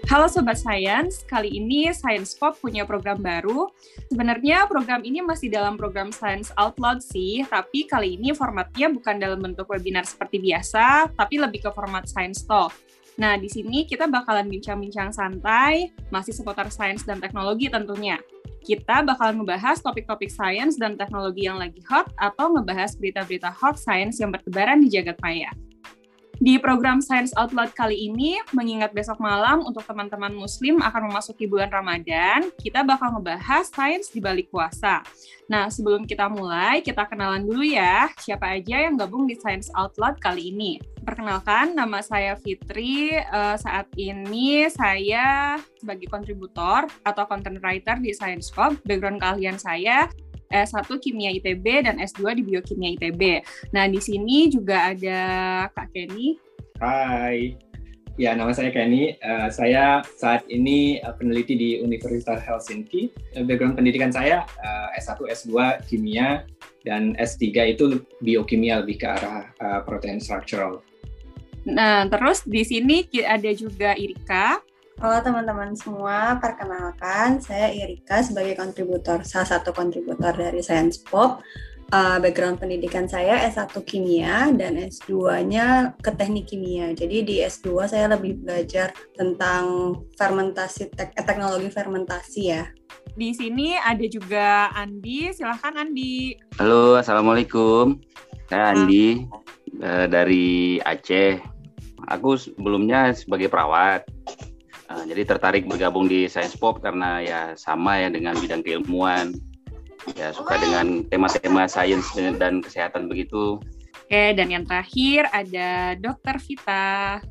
Halo Sobat Science, kali ini Science Pop punya program baru. Sebenarnya program ini masih dalam program Science Out Loud sih, tapi kali ini formatnya bukan dalam bentuk webinar seperti biasa, tapi lebih ke format Science Talk. Nah, di sini kita bakalan bincang-bincang santai, masih seputar sains dan teknologi tentunya. Kita bakalan ngebahas topik-topik sains dan teknologi yang lagi hot, atau ngebahas berita-berita hot sains yang bertebaran di jagat maya. Di program Science Out Loud kali ini, mengingat besok malam untuk teman-teman muslim akan memasuki bulan Ramadan, kita bakal ngebahas sains di balik puasa. Nah, sebelum kita mulai, kita kenalan dulu ya, siapa aja yang gabung di Science Out Loud kali ini. Perkenalkan, nama saya Fitri. Saat ini saya sebagai kontributor atau content writer di Science Pop. Background keahlian saya S1 Kimia ITB dan S2 di Biokimia ITB. Nah, di sini juga ada Kak Kenny. Hai, ya nama saya Kenny. Saya saat ini peneliti di Universitas Helsinki. Background pendidikan saya S1, S2 Kimia, dan S3 itu Biokimia, lebih ke arah protein structural. Nah, terus di sini ada juga Irika. Halo teman-teman semua, perkenalkan saya Irika sebagai salah satu kontributor dari Science Pop. Background pendidikan saya S1 Kimia dan S2-nya ke Teknik Kimia. Jadi di S2 saya lebih belajar tentang fermentasi, teknologi fermentasi ya. Di sini ada juga Andi, silahkan Andi. Halo, Assalamualaikum. Saya Andi dari Aceh. Aku sebelumnya sebagai perawat. Jadi tertarik bergabung di Science Pop karena ya sama ya dengan bidang keilmuan. Ya suka dengan tema-tema sains dan kesehatan begitu. Oke, dan yang terakhir ada Dr. Vita.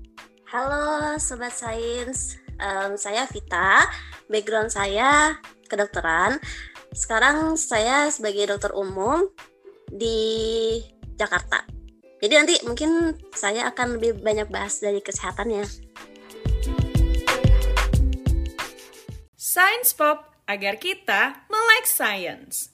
Halo Sobat Sains, saya Vita. Background saya kedokteran. Sekarang saya sebagai dokter umum di Jakarta. Jadi nanti mungkin saya akan lebih banyak bahas dari kesehatannya. Science Pop, agar kita melek science.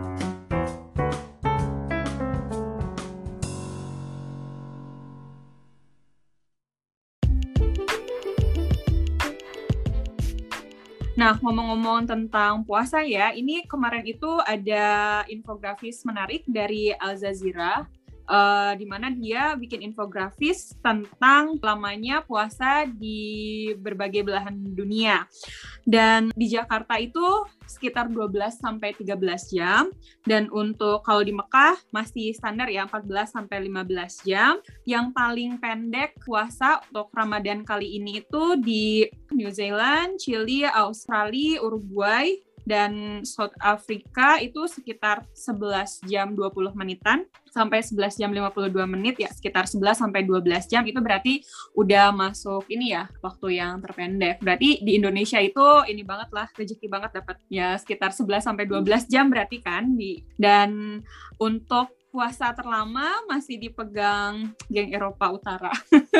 Nah, ngomong-ngomong tentang puasa ya, ini kemarin itu ada infografis menarik dari Al Jazeera, di mana dia bikin infografis tentang lamanya puasa di berbagai belahan dunia. Dan di Jakarta itu sekitar 12-13 jam, dan untuk kalau di Mekah masih standar ya 14-15 jam. Yang paling pendek puasa untuk Ramadan kali ini itu di New Zealand, Chili, Australia, Uruguay, dan South Africa itu sekitar 11 jam 20 menitan sampai 11 jam 52 menit ya, sekitar 11 sampai 12 jam itu berarti udah masuk ini ya waktu yang terpendek. Berarti di Indonesia itu ini banget lah, rezeki banget dapat ya sekitar 11 sampai 12 jam berarti kan dan untuk puasa terlama masih dipegang geng Eropa Utara.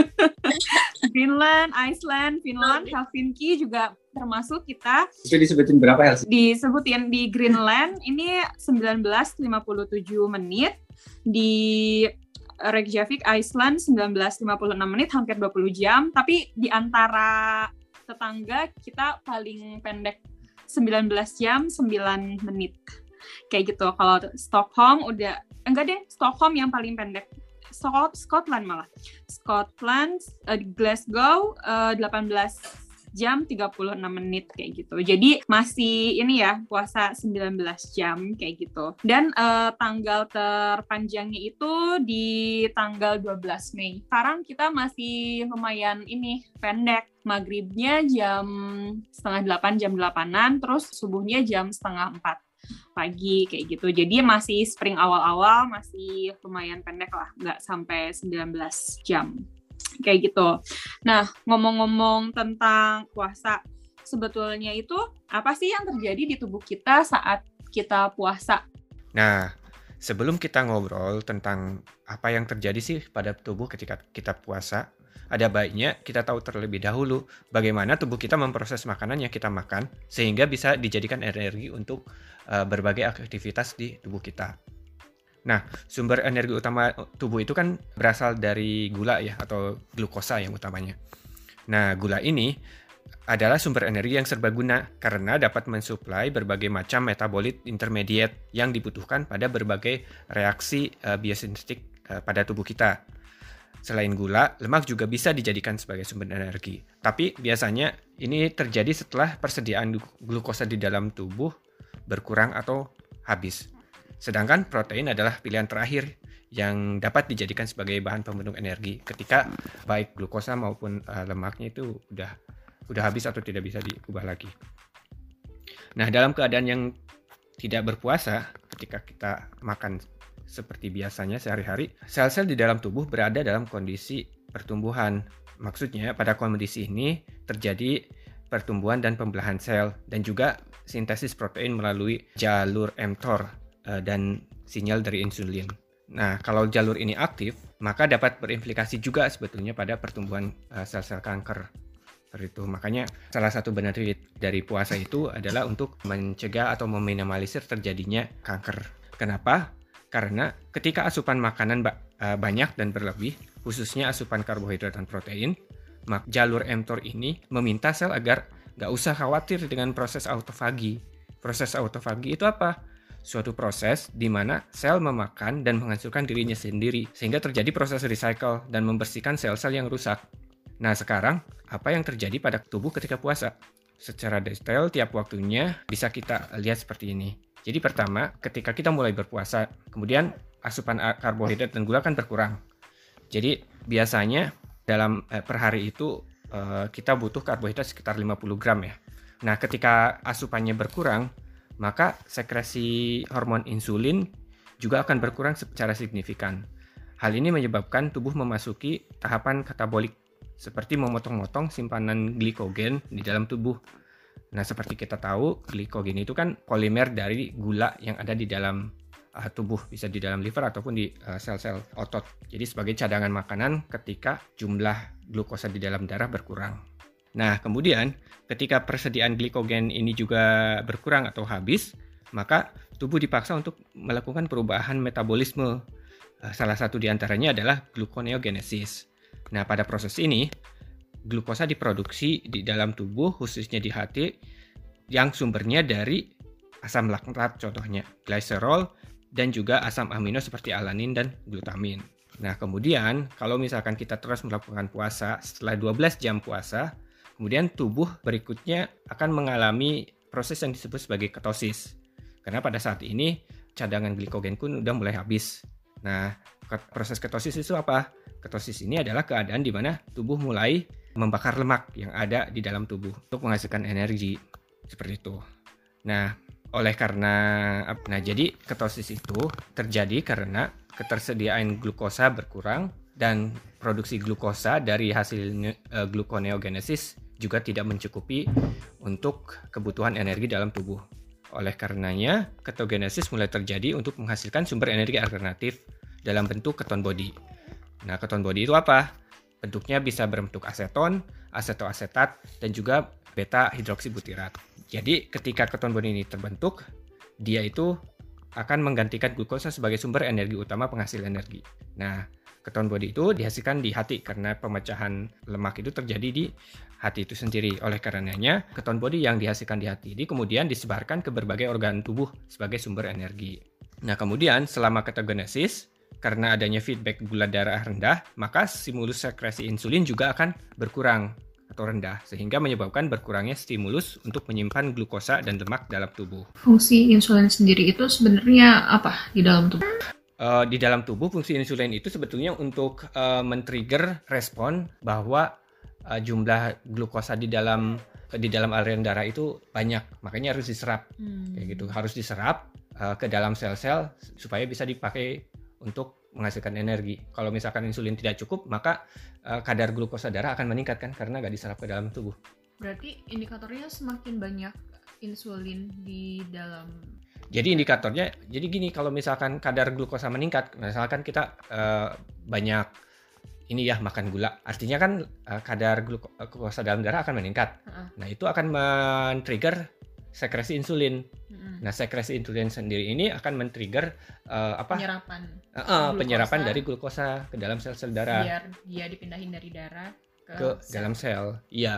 Greenland, Iceland, Finland, Helsinki juga termasuk kita. Itu disebutin berapa Helsinki? Disebutin di Greenland ini 19:57 menit, di Reykjavik, Iceland 19:56 menit, hampir 20 jam, tapi di antara tetangga kita paling pendek 19 jam 9 menit. Kayak gitu. Kalau Stockholm udah Stockholm yang paling pendek. Scotland malah. Scotland, Glasgow 18 jam 36 menit kayak gitu. Jadi masih ini ya puasa 19 jam kayak gitu. Dan tanggal terpanjangnya itu di tanggal 12 Mei. Sekarang kita masih lumayan ini pendek. Maghribnya jam 7:30, jam 8-an, terus subuhnya jam 3:30 pagi kayak gitu. Jadi masih spring awal-awal, masih lumayan pendek lah, nggak sampai 19 jam kayak gitu. Nah, ngomong-ngomong tentang puasa, sebetulnya itu apa sih yang terjadi di tubuh kita saat kita puasa? Nah, sebelum kita ngobrol tentang apa yang terjadi sih pada tubuh ketika kita puasa, ada baiknya kita tahu terlebih dahulu bagaimana tubuh kita memproses makanan yang kita makan sehingga bisa dijadikan energi untuk berbagai aktivitas di tubuh kita. Nah, sumber energi utama tubuh itu kan berasal dari gula ya, atau glukosa yang utamanya. Nah, gula ini adalah sumber energi yang serbaguna karena dapat mensuplai berbagai macam metabolit intermediate yang dibutuhkan pada berbagai reaksi biosintetik pada tubuh kita. Selain gula, lemak juga bisa dijadikan sebagai sumber energi. Tapi biasanya ini terjadi setelah persediaan glukosa di dalam tubuh berkurang atau habis. Sedangkan protein adalah pilihan terakhir yang dapat dijadikan sebagai bahan pembendung energi ketika baik glukosa maupun lemaknya itu udah habis atau tidak bisa diubah lagi. Nah, dalam keadaan yang tidak berpuasa, ketika kita makan seperti biasanya sehari-hari, sel-sel di dalam tubuh berada dalam kondisi pertumbuhan. Maksudnya, pada kondisi ini terjadi pertumbuhan dan pembelahan sel dan juga sintesis protein melalui jalur mTOR dan sinyal dari insulin. Nah, kalau jalur ini aktif, maka dapat berimplikasi juga sebetulnya pada pertumbuhan sel-sel kanker. Seperti itu. Makanya salah satu benefit dari puasa itu adalah untuk mencegah atau meminimalisir terjadinya kanker. Kenapa? Karena ketika asupan makanan banyak dan berlebih, khususnya asupan karbohidrat dan protein, maka jalur mTOR ini meminta sel agar nggak usah khawatir dengan proses autofagi. Proses autofagi itu apa? Suatu proses di mana sel memakan dan menghancurkan dirinya sendiri, sehingga terjadi proses recycle dan membersihkan sel-sel yang rusak. Nah, sekarang apa yang terjadi pada tubuh ketika puasa? Secara detail tiap waktunya bisa kita lihat seperti ini. Jadi pertama, ketika kita mulai berpuasa, kemudian asupan karbohidrat dan gula kan berkurang. Jadi biasanya dalam per hari itu kita butuh karbohidrat sekitar 50 gram ya. Nah, ketika asupannya berkurang, maka sekresi hormon insulin juga akan berkurang secara signifikan. Hal ini menyebabkan tubuh memasuki tahapan katabolik, seperti memotong-motong simpanan glikogen di dalam tubuh. Nah, seperti kita tahu, glikogen itu kan polimer dari gula yang ada di dalam tubuh, bisa di dalam liver ataupun di sel-sel otot. Jadi sebagai cadangan makanan ketika jumlah glukosa di dalam darah berkurang. Nah, kemudian ketika persediaan glikogen ini juga berkurang atau habis, maka tubuh dipaksa untuk melakukan perubahan metabolisme. Salah satu di antaranya adalah gluconeogenesis. Nah, pada proses ini, glukosa diproduksi di dalam tubuh, khususnya di hati, yang sumbernya dari asam laktat, contohnya gliserol, dan juga asam amino seperti alanin dan glutamin. Nah, kemudian kalau misalkan kita terus melakukan puasa, setelah 12 jam puasa, kemudian tubuh berikutnya akan mengalami proses yang disebut sebagai ketosis. Karena pada saat ini cadangan glikogen pun udah mulai habis. Nah, proses ketosis itu apa? Ketosis ini adalah keadaan di mana tubuh mulai membakar lemak yang ada di dalam tubuh untuk menghasilkan energi. Seperti itu. Nah, jadi ketosis itu terjadi karena ketersediaan glukosa berkurang dan produksi glukosa dari hasil gluconeogenesis juga tidak mencukupi untuk kebutuhan energi dalam tubuh. Oleh karenanya, ketogenesis mulai terjadi untuk menghasilkan sumber energi alternatif dalam bentuk keton body. Nah, keton body itu apa? Bentuknya bisa berbentuk aseton, asetoasetat, dan juga beta hidroksibutirat. Jadi, ketika keton body ini terbentuk, dia itu akan menggantikan glukosa sebagai sumber energi utama penghasil energi. Nah, keton body itu dihasilkan di hati karena pemecahan lemak itu terjadi di hati itu sendiri. Oleh karenanya, keton body yang dihasilkan di hati ini kemudian disebarkan ke berbagai organ tubuh sebagai sumber energi. Nah, kemudian selama ketogenesis, karena adanya feedback gula darah rendah, maka stimulus sekresi insulin juga akan berkurang atau rendah, sehingga menyebabkan berkurangnya stimulus untuk menyimpan glukosa dan lemak dalam tubuh. Fungsi insulin sendiri itu sebenarnya apa di dalam tubuh? Di dalam tubuh, fungsi insulin itu sebetulnya untuk men-trigger respon bahwa jumlah glukosa di dalam aliran darah itu banyak, makanya harus diserap. Kayak gitu, harus diserap ke dalam sel-sel supaya bisa dipakai untuk menghasilkan energi. Kalau misalkan insulin tidak cukup, maka kadar glukosa darah akan meningkat kan karena nggak diserap ke dalam tubuh. Berarti indikatornya semakin banyak insulin di dalam. Jadi indikatornya, jadi gini, kalau misalkan kadar glukosa meningkat, misalkan kita banyak makan gula, artinya kan kadar glukosa dalam darah akan meningkat. Nah, itu akan men-trigger sekresi insulin. Nah, sekresi insulin sendiri ini akan men-trigger penyerapan dari glukosa ke dalam sel-sel darah. Biar dia dipindahin dari darah ke dalam sel. Iya.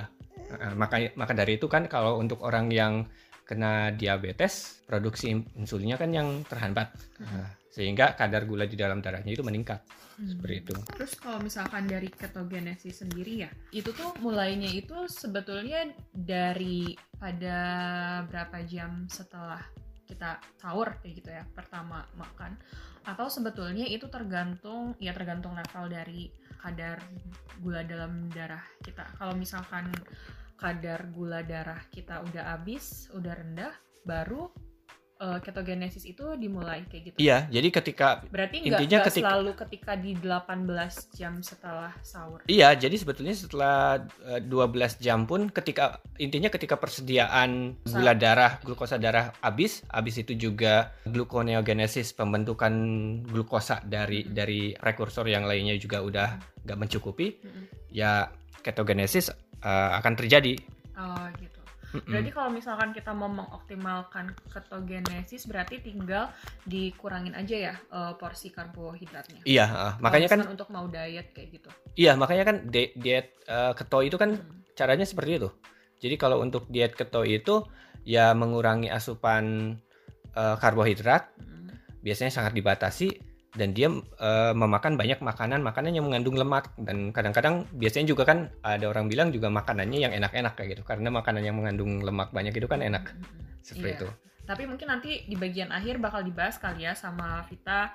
Maka dari itu kan kalau untuk orang yang kena diabetes, produksi insulinnya kan yang terhambat. Sehingga kadar gula di dalam darahnya itu meningkat. Seperti itu. Terus kalau misalkan dari ketogenesis sendiri ya, itu tuh mulainya itu sebetulnya dari pada berapa jam setelah kita sahur kayak gitu ya, pertama makan, atau sebetulnya itu tergantung level dari kadar gula dalam darah kita. Kalau misalkan kadar gula darah kita udah habis, udah rendah, baru ketogenesis itu dimulai kayak gitu. Iya, jadi berarti intinya nggak selalu ketika di 18 jam setelah sahur. Iya, jadi sebetulnya setelah 12 jam pun ketika persediaan gula darah, glukosa darah habis itu juga gluconeogenesis, pembentukan glukosa dari prekursor yang lainnya juga udah nggak mencukupi, ya ketogenesis akan terjadi. Oh gitu. Berarti kalau misalkan kita mau mengoptimalkan ketogenesis, berarti tinggal dikurangin aja ya porsi karbohidratnya. Iya, makanya kan untuk mau diet kayak gitu. Iya, makanya kan diet keto itu kan caranya seperti itu. Jadi kalau untuk diet keto itu ya mengurangi asupan karbohidrat, biasanya sangat dibatasi, dan dia memakan banyak makanan yang mengandung lemak, dan kadang-kadang biasanya juga kan ada orang bilang juga makanannya yang enak-enak kayak gitu, karena makanan yang mengandung lemak banyak itu kan enak. Seperti itu. Tapi mungkin nanti di bagian akhir bakal dibahas kali ya sama Vita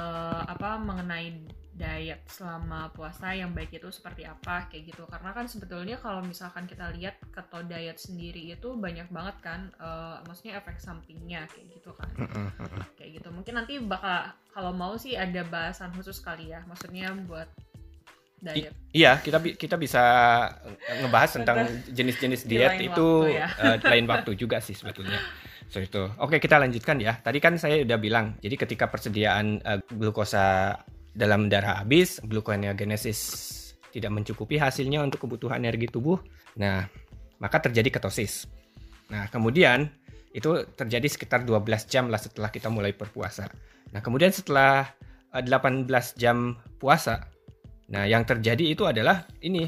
mengenai diet selama puasa yang baik itu seperti apa kayak gitu. Karena kan sebetulnya kalau misalkan kita lihat keto diet sendiri itu banyak banget kan, maksudnya efek sampingnya kayak gitu kan. Kayak gitu. Mungkin nanti bakal kalau mau sih ada bahasan khusus kali ya, maksudnya buat diet. Iya, kita bisa ngebahas tentang jenis-jenis diet itu lain waktu juga sih sebetulnya. So itu. Oke, kita lanjutkan ya. Tadi kan saya udah bilang, jadi ketika persediaan glukosa dalam darah habis, gluconeogenesis tidak mencukupi hasilnya untuk kebutuhan energi tubuh. Nah, maka terjadi ketosis. Nah, kemudian itu terjadi sekitar 12 jam lah setelah kita mulai berpuasa. Nah, kemudian setelah 18 jam puasa, nah yang terjadi itu adalah ini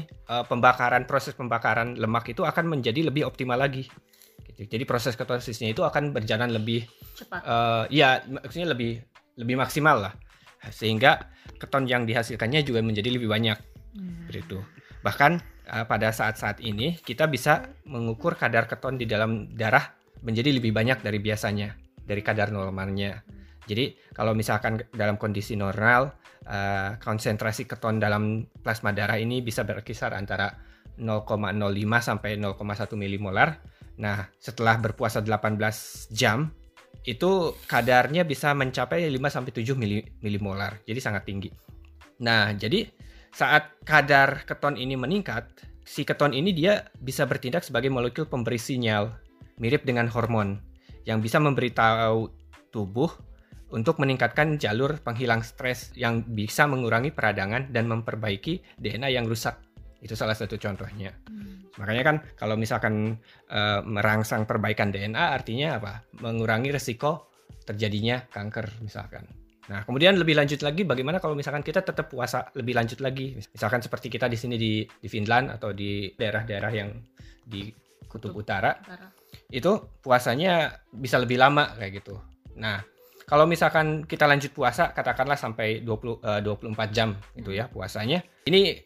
proses pembakaran lemak itu akan menjadi lebih optimal lagi. Jadi proses ketosisnya itu akan berjalan lebih cepat. Maksudnya lebih maksimal lah. Sehingga keton yang dihasilkannya juga menjadi lebih banyak. Begitu. Bahkan pada saat-saat ini kita bisa mengukur kadar keton di dalam darah menjadi lebih banyak dari biasanya, dari kadar normalnya. Jadi kalau misalkan dalam kondisi normal, konsentrasi keton dalam plasma darah ini bisa berkisar antara 0,05 sampai 0,1 milimolar. Nah, setelah berpuasa 18 jam, itu kadarnya bisa mencapai 5 sampai 7 milimolar. Jadi sangat tinggi. Nah, jadi saat kadar keton ini meningkat, si keton ini dia bisa bertindak sebagai molekul pemberi sinyal, mirip dengan hormon, yang bisa memberitahu tubuh untuk meningkatkan jalur penghilang stres yang bisa mengurangi peradangan dan memperbaiki DNA yang rusak. Itu salah satu contohnya. Makanya kan kalau misalkan merangsang perbaikan DNA artinya apa? Mengurangi resiko terjadinya kanker misalkan. Nah, kemudian lebih lanjut lagi bagaimana kalau misalkan kita tetap puasa lebih lanjut lagi. Misalkan seperti kita di sini di Finland atau di daerah-daerah yang di Kutub Utara. Itu puasanya bisa lebih lama kayak gitu. Nah, kalau misalkan kita lanjut puasa katakanlah sampai 24 jam gitu ya puasanya. Ini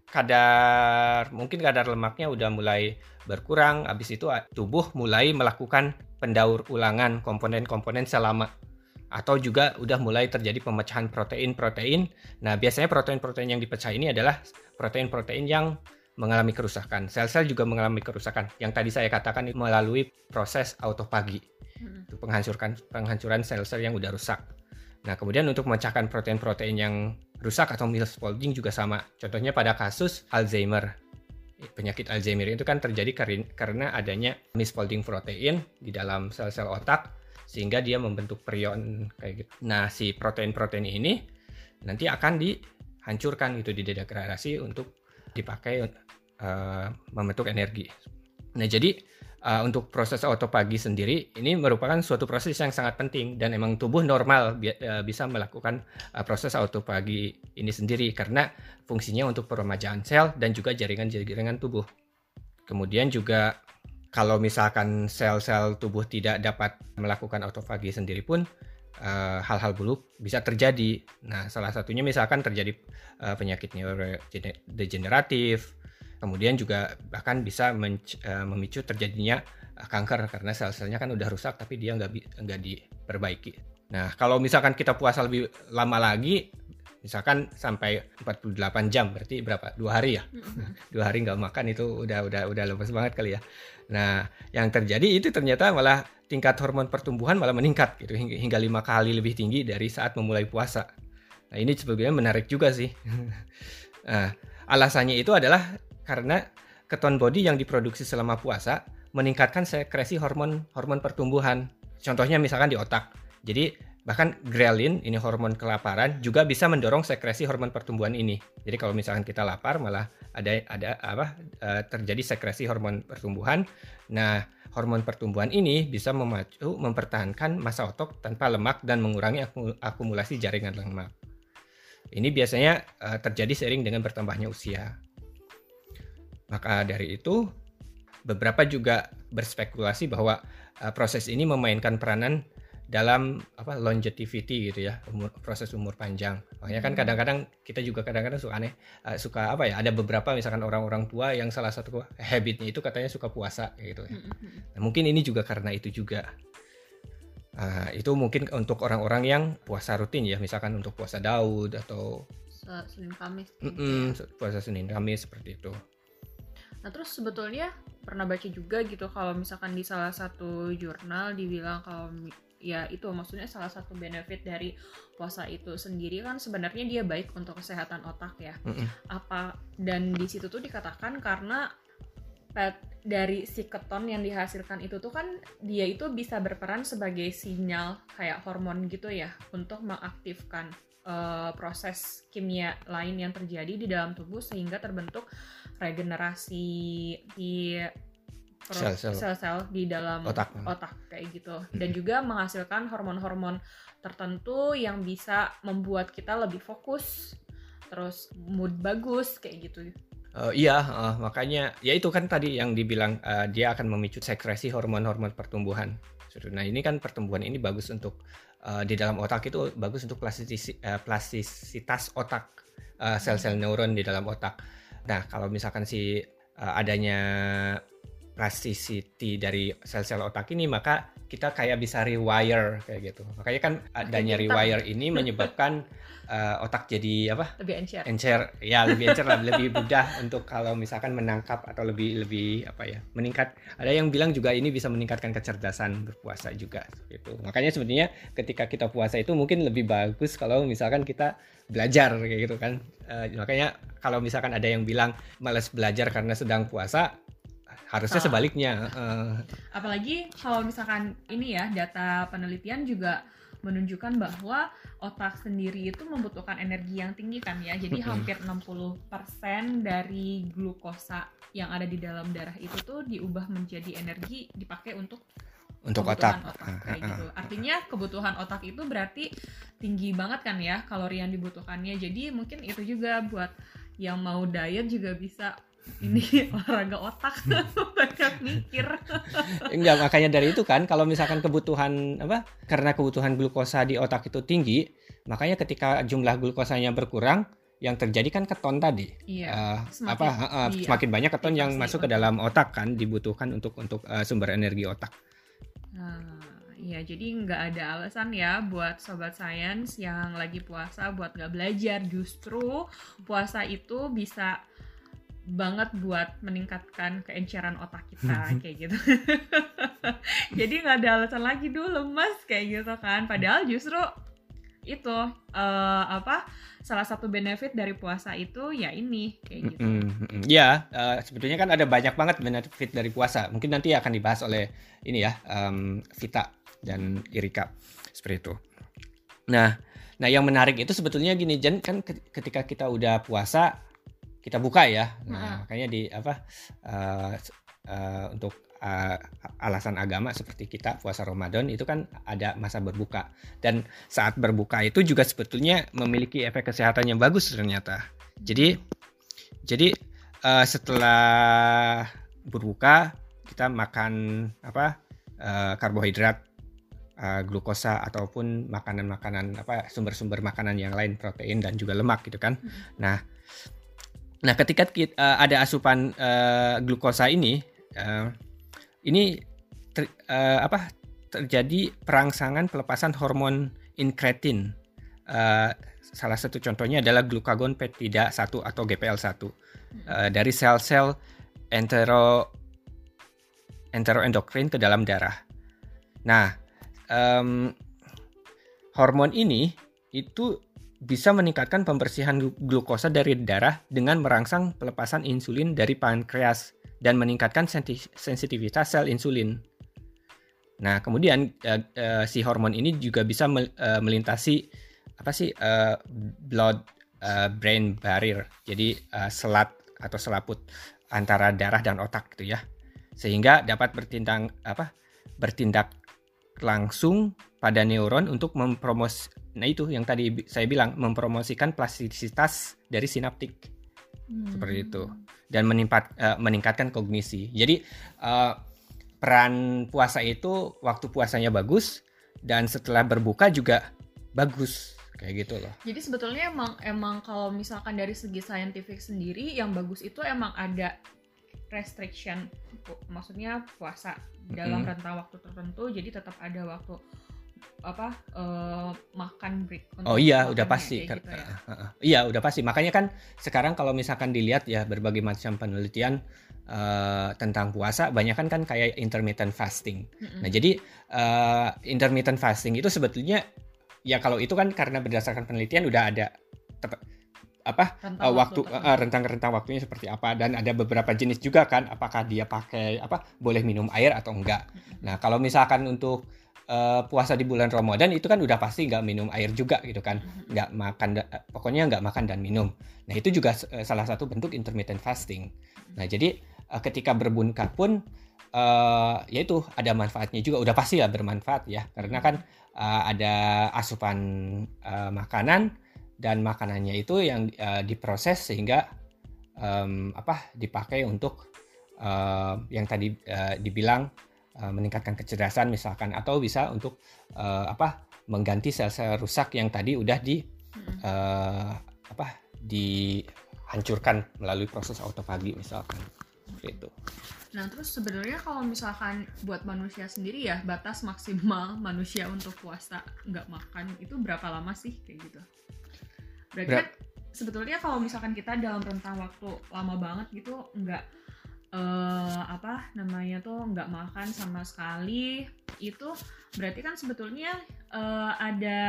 mungkin kadar lemaknya udah mulai berkurang, habis itu tubuh mulai melakukan pendaur ulangan komponen-komponen selama, atau juga udah mulai terjadi pemecahan protein-protein. Nah, biasanya protein-protein yang dipecah ini adalah protein-protein yang mengalami kerusakan. Sel-sel juga mengalami kerusakan. Yang tadi saya katakan melalui proses autofagi. Itu penghancuran sel-sel yang udah rusak. Nah, kemudian untuk memecahkan protein-protein yang rusak atau misfolding juga sama. Contohnya pada kasus Alzheimer. Penyakit Alzheimer itu kan terjadi karena adanya misfolding protein di dalam sel-sel otak sehingga dia membentuk prion kayak gitu. Nah, si protein-protein ini nanti akan dihancurkan gitu, didegradasi untuk dipakai membentuk energi. Nah, jadi untuk proses autofagi sendiri ini merupakan suatu proses yang sangat penting dan emang tubuh normal bisa melakukan proses autofagi ini sendiri karena fungsinya untuk peremajaan sel dan juga jaringan-jaringan tubuh. Kemudian juga kalau misalkan sel-sel tubuh tidak dapat melakukan autofagi sendiri pun hal-hal buruk bisa terjadi. Nah, salah satunya misalkan terjadi penyakit neurodegeneratif, kemudian juga bahkan bisa memicu terjadinya kanker karena sel-selnya kan udah rusak tapi dia nggak diperbaiki. Nah, kalau misalkan kita puasa lebih lama lagi, misalkan sampai 48 jam, berarti berapa? 2 hari ya? 2 hari nggak makan itu udah lemes banget kali ya. Nah, yang terjadi itu ternyata malah tingkat hormon pertumbuhan malah meningkat gitu, hingga 5 kali lebih tinggi dari saat memulai puasa. Nah, ini sebenarnya menarik juga sih. Nah, alasannya itu adalah karena ketone body yang diproduksi selama puasa meningkatkan sekresi hormon pertumbuhan. Contohnya misalkan di otak. Jadi bahkan ghrelin, ini hormon kelaparan, juga bisa mendorong sekresi hormon pertumbuhan ini. Jadi kalau misalkan kita lapar malah terjadi sekresi hormon pertumbuhan. Nah, hormon pertumbuhan ini bisa mempertahankan massa otot tanpa lemak dan mengurangi akumulasi jaringan lemak. Ini biasanya terjadi seiring dengan bertambahnya usia. Maka dari itu, beberapa juga berspekulasi bahwa proses ini memainkan peranan dalam longevity gitu ya, proses umur panjang. Makanya kan kadang-kadang kita juga suka aneh, ada beberapa misalkan orang-orang tua yang salah satu habitnya itu katanya suka puasa gitu ya. Nah, mungkin ini juga karena itu juga. Itu mungkin untuk orang-orang yang puasa rutin ya, misalkan untuk puasa Daud atau Senin Kamis. Puasa Senin Kamis seperti itu. Nah, terus sebetulnya pernah baca juga gitu kalau misalkan di salah satu jurnal dibilang kalau ya itu maksudnya salah satu benefit dari puasa itu sendiri kan sebenarnya dia baik untuk kesehatan otak ya. Dan di situ tuh dikatakan karena dari si keton yang dihasilkan itu tuh kan dia itu bisa berperan sebagai sinyal kayak hormon gitu ya untuk mengaktifkan proses kimia lain yang terjadi di dalam tubuh sehingga terbentuk regenerasi di sel-sel di dalam otak kayak gitu, dan juga menghasilkan hormon-hormon tertentu yang bisa membuat kita lebih fokus, terus mood bagus kayak gitu. Makanya ya itu kan tadi yang dibilang dia akan memicu sekresi hormon-hormon pertumbuhan. Nah, ini kan pertumbuhan ini bagus untuk di dalam otak, itu bagus untuk plastisitas otak, sel-sel neuron di dalam otak. Nah, kalau misalkan adanya plasticity dari sel-sel otak ini, maka kita kayak bisa rewire kayak gitu. Makanya kan adanya rewire ini menyebabkan otak jadi lebih encer. Ya, lebih encer lah, lebih mudah untuk kalau misalkan menangkap atau lebih meningkat. Ada yang bilang juga ini bisa meningkatkan kecerdasan berpuasa juga gitu. Makanya sebenarnya ketika kita puasa itu mungkin lebih bagus kalau misalkan kita belajar kayak gitu kan. Makanya kalau misalkan ada yang bilang malas belajar karena sedang puasa, harusnya sebaliknya. Apalagi kalau misalkan ini ya, data penelitian juga menunjukkan bahwa otak sendiri itu membutuhkan energi yang tinggi kan ya. Jadi hampir 60% dari glukosa yang ada di dalam darah itu tuh diubah menjadi energi dipakai untuk otak kayak gitu. Artinya kebutuhan otak itu berarti tinggi banget kan ya kalori yang dibutuhkannya. Jadi mungkin itu juga buat yang mau diet juga bisa ini olahraga otak. Banyak mikir. Enggak, makanya dari itu kan kalau misalkan karena kebutuhan glukosa di otak itu tinggi, makanya ketika jumlah glukosanya berkurang, yang terjadi kan keton tadi. Iya. Semakin banyak keton yang masuk ke dalam otak kan, dibutuhkan untuk sumber energi otak. Iya, jadi nggak ada alasan ya buat Sobat Science yang lagi puasa buat nggak belajar. Justru puasa itu bisa banget buat meningkatkan keenceran otak kita kayak gitu. Jadi nggak ada alasan lagi dulu lemas kayak gitu kan. Padahal justru itu salah satu benefit dari puasa itu ya ini kayak gitu. Ya, sebetulnya kan ada banyak banget benefit dari puasa. Mungkin nanti akan dibahas oleh ini ya, Vita dan Irika seperti itu. Nah yang menarik itu sebetulnya gini, Jen, kan ketika kita udah puasa kita buka ya. Nah, makanya untuk alasan agama seperti kita puasa Ramadan itu kan ada masa berbuka, dan saat berbuka itu juga sebetulnya memiliki efek kesehatan yang bagus ternyata. Jadi setelah berbuka kita makan karbohidrat, glukosa ataupun makanan-makanan sumber-sumber makanan yang lain, protein dan juga lemak gitu kan. Nah ketika ada asupan glukosa ini terjadi perangsangan pelepasan hormon inkretin. Salah satu contohnya adalah glukagon peptida 1 atau GPL1 dari sel-sel enteroendokrin ke dalam darah. Nah, hormon ini itu bisa meningkatkan pembersihan glukosa dari darah dengan merangsang pelepasan insulin dari pankreas dan meningkatkan sensitivitas sel insulin. Nah, kemudian si hormon ini juga bisa melintasi blood brain barrier. Jadi selat atau selaput antara darah dan otak gitu ya. Sehingga dapat bertindak langsung pada neuron untuk itu yang tadi saya bilang, mempromosikan plastisitas dari sinaptik. Seperti itu. Dan meningkatkan kognisi. Jadi peran puasa itu waktu puasanya bagus dan setelah berbuka juga bagus kayak gitu loh. Jadi sebetulnya emang kalau misalkan dari segi scientific sendiri yang bagus itu emang ada restriction, maksudnya puasa dalam rentang waktu tertentu, jadi tetap ada waktu makan break. Oh iya, udah pasti. Gitu ya? Iya, udah pasti. Makanya kan sekarang kalau misalkan dilihat ya berbagai macam penelitian tentang puasa, banyak kan kayak intermittent fasting. Nah, jadi intermittent fasting itu sebetulnya ya kalau itu kan karena berdasarkan penelitian udah ada rentang waktunya seperti apa, dan ada beberapa jenis juga kan, apakah dia pakai boleh minum air atau enggak. Nah, kalau misalkan untuk puasa di bulan Ramadan itu kan udah pasti nggak minum air juga gitu kan, nggak makan, pokoknya nggak makan dan minum. Nah, itu juga salah satu bentuk intermittent fasting. Nah, jadi ketika berbuka pun yaitu ada manfaatnya juga, udah pasti lah bermanfaat ya, karena kan ada asupan makanan dan makanannya itu yang diproses sehingga dipakai untuk yang tadi dibilang meningkatkan kecerdasan misalkan, atau bisa untuk mengganti sel-sel rusak yang tadi udah dihancurkan melalui proses autofagi misalkan gitu. Nah, terus sebenarnya kalau misalkan buat manusia sendiri ya, batas maksimal manusia untuk puasa nggak makan itu berapa lama sih kayak gitu? Berarti kan sebetulnya kalau misalkan kita dalam rentang waktu lama banget gitu nggak nggak makan sama sekali, itu berarti kan sebetulnya ada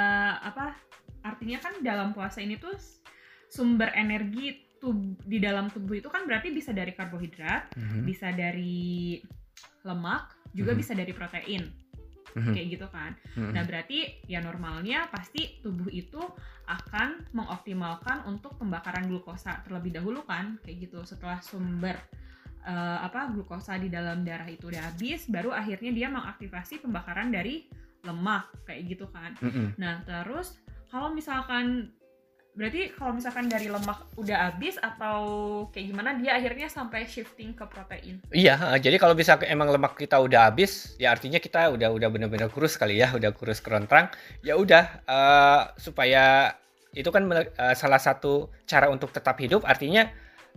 artinya kan dalam puasa ini tuh sumber energi di dalam tubuh itu kan berarti bisa dari karbohidrat, bisa dari lemak, juga bisa dari protein. Kayak gitu kan. Nah, berarti ya normalnya pasti tubuh itu akan mengoptimalkan untuk pembakaran glukosa terlebih dahulu kan, kayak gitu. Setelah sumber glukosa di dalam darah itu udah habis, baru akhirnya dia mengaktifasi pembakaran dari lemak kayak gitu kan. Nah, terus kalau misalkan dari lemak udah habis atau kayak gimana, dia akhirnya sampai shifting ke protein? Iya, jadi kalau bisa emang lemak kita udah habis, ya artinya kita udah benar-benar kurus kali ya, udah kurus kerontang. Ya udah, supaya itu kan salah satu cara untuk tetap hidup, artinya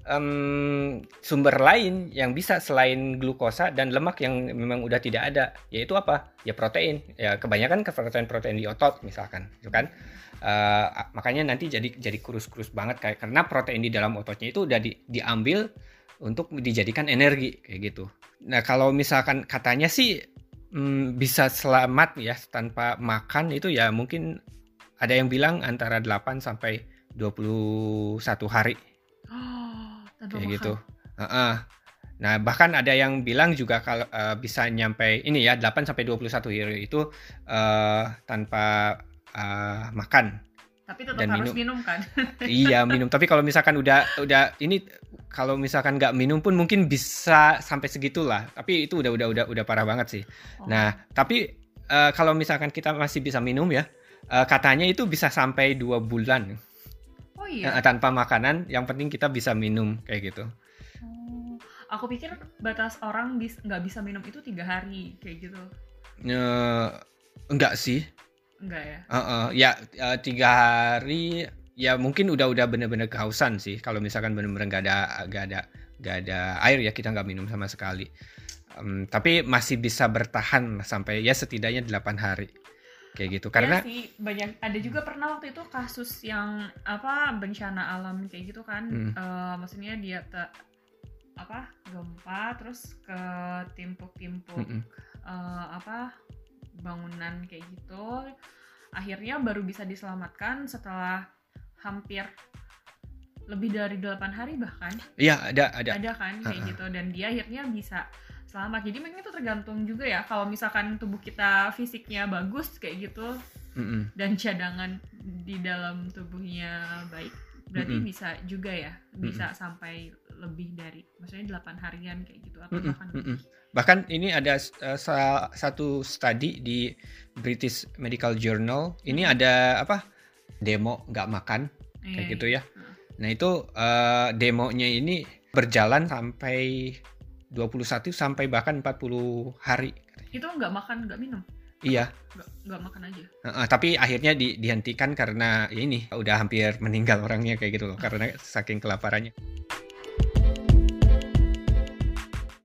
sumber lain yang bisa selain glukosa dan lemak yang memang udah tidak ada, yaitu apa? Ya protein. Ya kebanyakan ke protein di otot misalkan, gitu kan. Makanya nanti jadi kurus-kurus banget karena protein di dalam ototnya itu udah diambil untuk dijadikan energi kayak gitu. Nah, kalau misalkan katanya sih bisa selamat ya tanpa makan, itu ya mungkin ada yang bilang antara 8 sampai 21 hari. Kayak makan. Gitu. Nah, bahkan ada yang bilang juga kalau bisa nyampe ini ya 8 sampai 21 hari itu tanpa makan. Tapi tetap harus minum kan? Iya, minum. Tapi kalau misalkan udah ini, kalau misalkan nggak minum pun mungkin bisa sampai segitulah. Tapi itu udah parah banget sih. Nah, tapi kalau misalkan kita masih bisa minum ya, katanya itu bisa sampai 2 bulan. Oh iya. Tanpa makanan, yang penting kita bisa minum kayak gitu. Aku pikir batas orang nggak bisa minum itu 3 hari kayak gitu. Enggak sih. Enggak ya? Ya 3 hari ya mungkin udah bener-bener kehausan sih. Kalau misalkan bener-bener nggak ada air ya kita nggak minum sama sekali. Tapi masih bisa bertahan sampai ya setidaknya 8 hari kayak gitu. Karena ya sih, ada juga pernah waktu itu kasus yang bencana alam kayak gitu kan. Maksudnya dia gempa terus ke timpuk-timpuk bangunan kayak gitu. Akhirnya baru bisa diselamatkan setelah hampir lebih dari 8 hari bahkan. Iya, ada kan kayak gitu, dan dia akhirnya bisa selamat. Jadi mungkin itu tergantung juga ya, kalau misalkan tubuh kita fisiknya bagus kayak gitu dan cadangan di dalam tubuhnya baik, berarti bisa juga ya, bisa sampai lebih dari, maksudnya 8 harian kayak gitu atau bahkan lebih. Bahkan ini ada satu studi di British Medical Journal, ini ada demo nggak makan kayak gitu ya. Nah itu demonya ini berjalan sampai 21 sampai bahkan 40 hari. Itu nggak makan, nggak minum? Iya. Nggak makan aja. Tapi akhirnya dihentikan karena ini udah hampir meninggal orangnya kayak gitu loh, karena saking kelaparannya.